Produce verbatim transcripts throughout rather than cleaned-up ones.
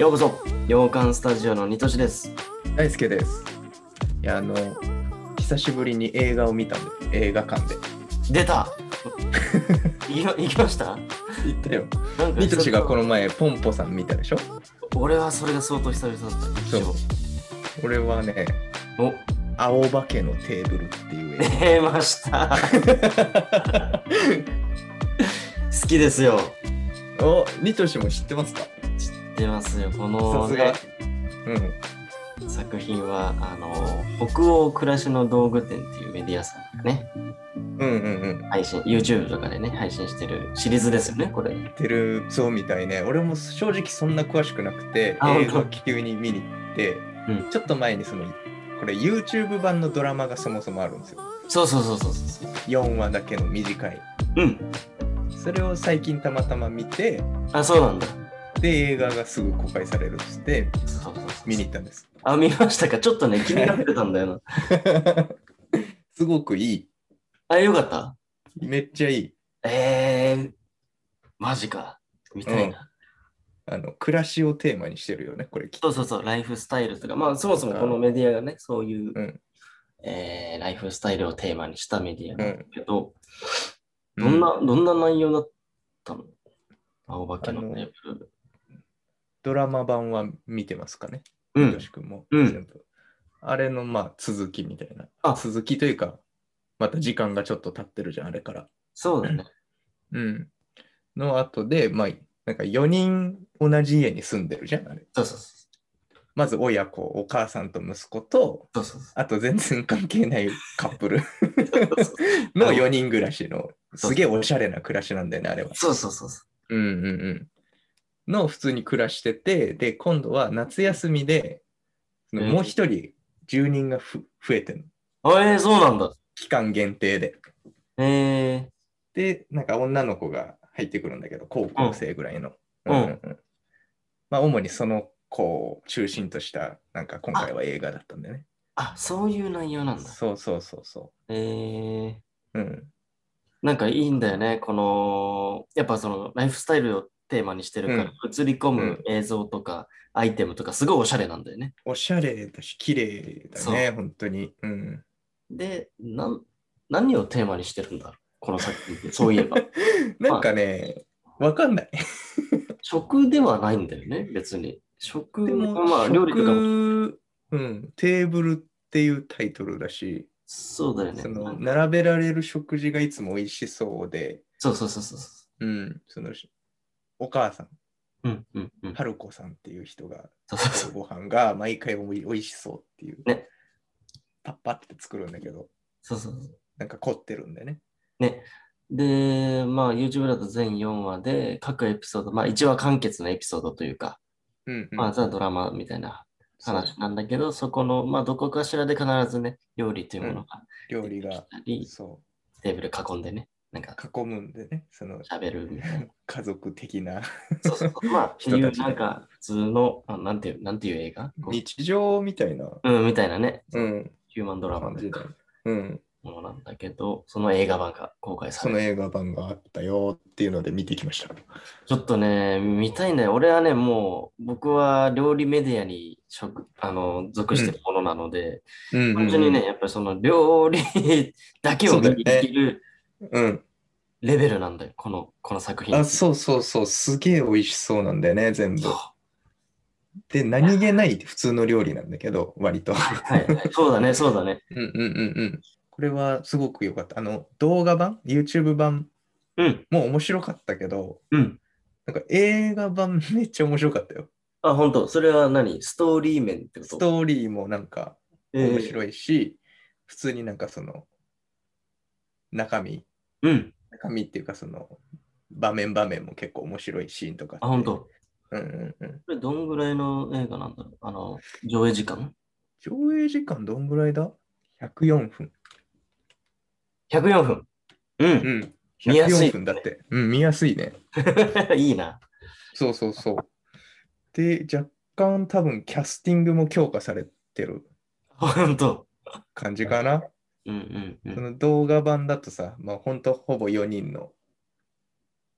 ようこそ洋館スタジオのニトシです。 大輔です。いや、あの久しぶりに映画を見たんで、映画館で。 出た行き、行きました。 行ったよ。ニトシがこの前ポンポさん見たでしょ。 俺はそれが相当久々だった。 そう。俺はね、お青化けのテーブルっていう映画出ました好きですよ。 お、ニトシも知ってますか？ 知ってますよ。この、ね、うん、作品はあの北欧暮らしの道具店っていうメディアさんがね、 うんうんうん、 配信 YouTube とかでね配信してるシリーズですよね。これてるそうみたいね。俺も正直そんな詳しくなくて映画急に見に行って、うん、ちょっと前にそのこれ YouTube 版のドラマがそもそもあるんですよ。 そうそうそうそうそう。 よんわだけの短い。 うん。 それを最近たまたま見て、 あ、そうなんだ。 で、映画がすぐ公開されるっつって見に行ったんです。 あ、見ましたか。ちょっとね、気になってたんだよな。 すごくいい。 あ、よかった。 めっちゃいい。 えー、マジか。見たいな。 うん、あの、暮らしをテーマにしてるよね、これ。 そうそうそう、ライフスタイルとか、まあ、そもそもこのメディアがね、そういう、うんえー、ライフスタイルをテーマにしたメディアなんだけど、うん、どんな、どんな内容だったの？青化けのテーブル。 ドラマ版は見てますかね？ うん。 よしくんも全部、うん。あれのまあ続きみたいな。あ、続きというか、また時間がちょっと経ってるじゃん、あれから。 そうだね。 うん。の後で、まあ、なんかよにん同じ家に住んでるじゃん、あれ。 そうそうそう。 まず親子、お母さんと息子と、 そうそうそう、 あと全然関係ないカップルのよにん暮らしの、すげえおしゃれな暮らしなんだよね、あれは。 そうそうそうそう。 うんうんうん。の普通に暮らしてて、で、今度は夏休みで、もう一人住人がふ増えてるの。えー、そうなんだ。 期間限定で。 えー、 で、なんか女の子が入ってくるんだけど、高校生ぐらいの。 うんうんうん、 まあ、主にその子を中心とした、なんか今回は映画だったんだよね。 あ、そういう内容なんだ。 そうそうそうそう。 えー、 うん。 なんかいいんだよね。この、やっぱそのライフスタイルをテーマにしてるから、うん、映り込む映像とか、うん、アイテムとかすごいおしゃれなんだよね。 おしゃれだし、綺麗だね、本当に。うん。 で、なん、何をテーマにしてるんだろう、この作品って、そういえば。 なんかね、まあ、わかんない。 食ではないんだよね、別に。食、 でも、 まあ、料理とかも。 うん、テーブルっていうタイトルだし、 そうだよね。 その並べられる食事がいつも美味しそうで、 そうそうそうそう。 うん、そのお母さん、 うんうんうん、 春子さんっていう人が作るご飯が毎回美味しそうっていう。ね。パッパって作るんだけど、 そうそうそう。 なんか凝ってるんだよね。 ね。で、まあ YouTube だと全よんわで各エピソード、まあいちわ完結のエピソードというか、 うんうん、 まあザ・ドラマみたいな話なんだけど、そ, そこの、まあどこかしらで必ずね、料理というものが、 うん、料理がそうテーブル囲んでね、なんか囲むんでね、その喋るみたいな。 家族的なそうそうそう。まあ、人たちなんか普通の、あなんていう、なんていう映画日常みたいな。 うん、みたいなね。 うん。 ヒューマンドラマで。 うん。 ものなんだけど、その映画版が公開される。その映画版があったよっていうので見てきました。 ちょっとね、見たいんだよ。俺はね、もう、僕は料理メディアに属あの属してるものなので、うん、単純にね、やっぱりその料理だけを見にできるレベルなんだよ、この、この作品。 あ、そうそうそう、すげえ美味しそうなんだよね、全部。で、何気ない普通の料理なんだけど、割と。 はい、はい、そうだね、そうだね。 うんうんうんうん。これはすごく良かった。あの、動画版 ?YouTube 版も面白かったけど、 うん。 なんか映画版めっちゃ面白かったよ。 あ、本当それは何ストーリー面ってこと？ ストーリーもなんか面白いし、えー、普通になんかその、中身、 うん。 中身っていうかその、場面場面も結構面白いシーンとかあ、本当。 うんうんうん。 これどんぐらいの映画なんだろうあの、上映時間上映時間どんぐらいだ ?ひゃくよん 分。 ひゃくよんふん。うん。うん。 ひゃくよんふんだって。うん、見やすいね。 いいな。 そうそうそう。で、若干多分キャスティングも強化されてる本当感じかな。 うんうんうん。 その動画版だとさ、まあ本当ほぼよにんの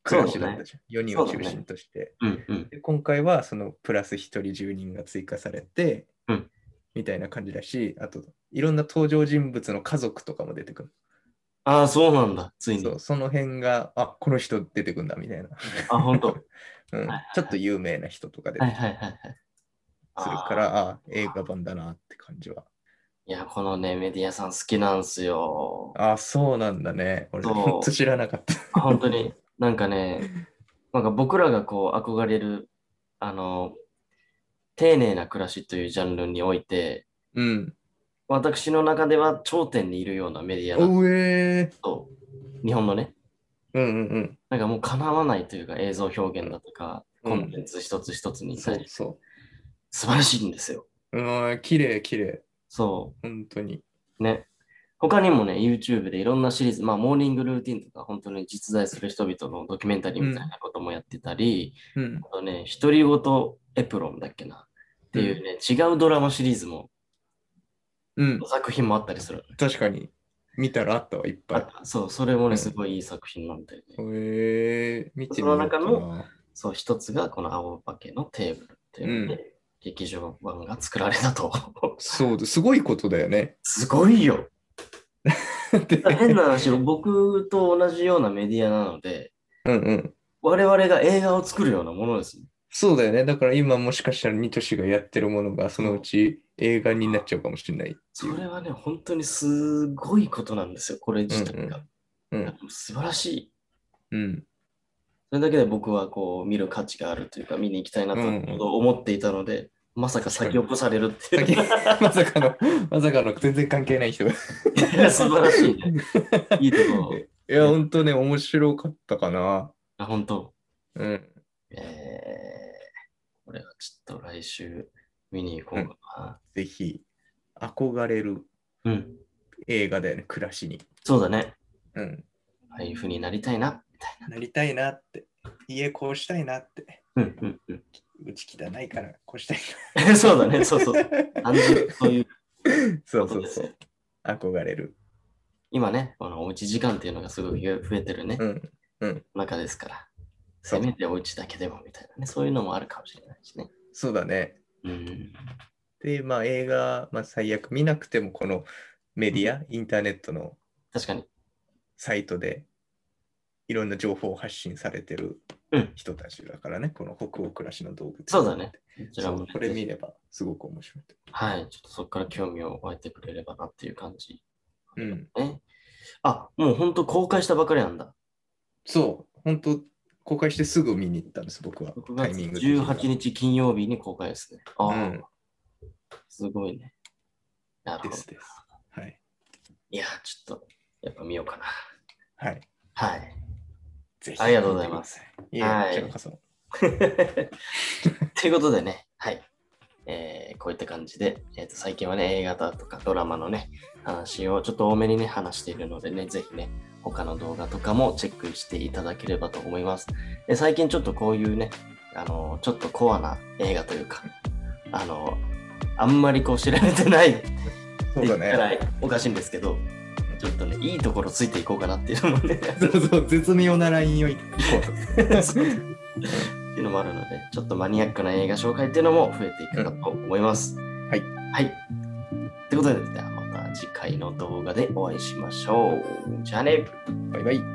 暮らしだったじゃん。ね、よにんを中心として。 うんうん、 で今回はそのプラスひとりじゅうにんが追加されて、 うん、 みたいな感じだし、あといろんな登場人物の家族とかも出てくる。 ああ、そうなんだ、ついに。 そう、その辺が、あ、この人出てくるんだみたいな。 あ、本当。 うん、ちょっと有名な人とか出はてきたりいはいはいはい。 するから、ああ、映画版だなって感じは。 いや、このね、メディアさん好きなんすよ。 ああ、そうなんだね。俺、ほんと知らなかった。 本当に、なんかね、なんか僕らがこう憧れる、あの、丁寧な暮らしというジャンルにおいて、 うん。 私の中では頂点にいるようなメディアだおえー。 と、日本のね、 うんうんうん。 なんかもう叶わないというか映像表現だとか、 うんコンテンツ一つ一つにそ対してうそ素晴らしいんですよ。 う。うん、綺麗綺麗。 そ本当に。 う。ね。他にもね、YouTube でいろんなシリーズ、まあ、モーニングルーティンとか、本当に実在する人々のドキュメンタリーみたいなこともやってたり、 うん。 あとね、独り言エプロンだっけな。っていうね、違うドラマシリーズも、 うん。 作品もあったりする。 確かに。見たらあったわ、いっぱい。 あそう、それもね、 うんすごいいい作品なんだよね。 えー、見てそのみようか中の、 な。 そう、一つがこの青化けのテーブルっていうので、うん、劇場版が作られたと。 そう、すごいことだよね。 すごいよ。変な話、僕と同じようなメディアなので、 うんうん、 我々が映画を作るようなものです。 そうだよね。だから今もしかしたらニトシがやってるものがそのうち映画になっちゃうかもしれない。 それはね、本当にすごいことなんですよ、これ自体が。 うんうんうん、 素晴らしい。 うん。 それだけで僕はこう見る価値があるというか、見に行きたいなと思っていたので、うん、まさか先を越されるっていう。 まさかの、まさかの全然関係ない人が。 素晴らしいね。いいところ。 いや、本当ね、面白かったかな。 あ、本当。 うん。 えー、これはちょっと来週見に行こうかな。 うん、ぜひ、憧れる映画だよね、暮らしに。 そうだね。 うん。 ああいう風になりたいな、みたいな。 なりたいなって。家こうしたいなって。 うんうんうん。 うち汚いからこうしたいな。そうだね、そうそう。単純そういう。 そうそうそう。憧れる。 今ね、このおうち時間っていうのがすごい増えてるね。 うん。うん。 中ですから。せめておうちだけでもみたいなね。そういうのもあるかもしれないしね。 そうだね。 うん。 で、まあ映画、まあ最悪見なくてもこのメディア、うん、インターネットの確かにサイトでいろんな情報を発信されてる人たちだからね、うん、この北欧暮らしの道具。 そうだね。 そう、これ見ればすごく面白い。 はい。ちょっとそこから興味を湧いてくれればなっていう感じ。 うん。 ね、あ、もう本当公開したばかりなんだ。 そう、本当公開してすぐ見に行ったんです、僕は。タイミングじゅうはちにち金曜日に公開ですね。ああ、うん、すごいね。なるほど。ですです。 はい。 いや、ちょっと、やっぱ見ようかな。 はい。 はい。 ぜひ。 ありがとうございます。 いや、はい。こちらこそ。 ということでね、はい。えー、こういった感じで、えーと、最近はね、映画だとかドラマのね、話をちょっと多めにね、話しているのでね、ぜひね、他の動画とかもチェックしていただければと思います。で、最近ちょっとこういうね、あの、ちょっとコアな映画というか、あの、あんまりこう知られてないって言ったらおかしいんですけど、ちょっとね、いいところついていこうかなっていうのもね。 そうそう、絶妙なラインをいこうと。 っていうのもあるので、ちょっとマニアックな映画紹介っていうのも増えていくかと思います。うん、 はい。 はい。ということで、ではまた次回の動画でお会いしましょう。じゃあね。 バイバイ。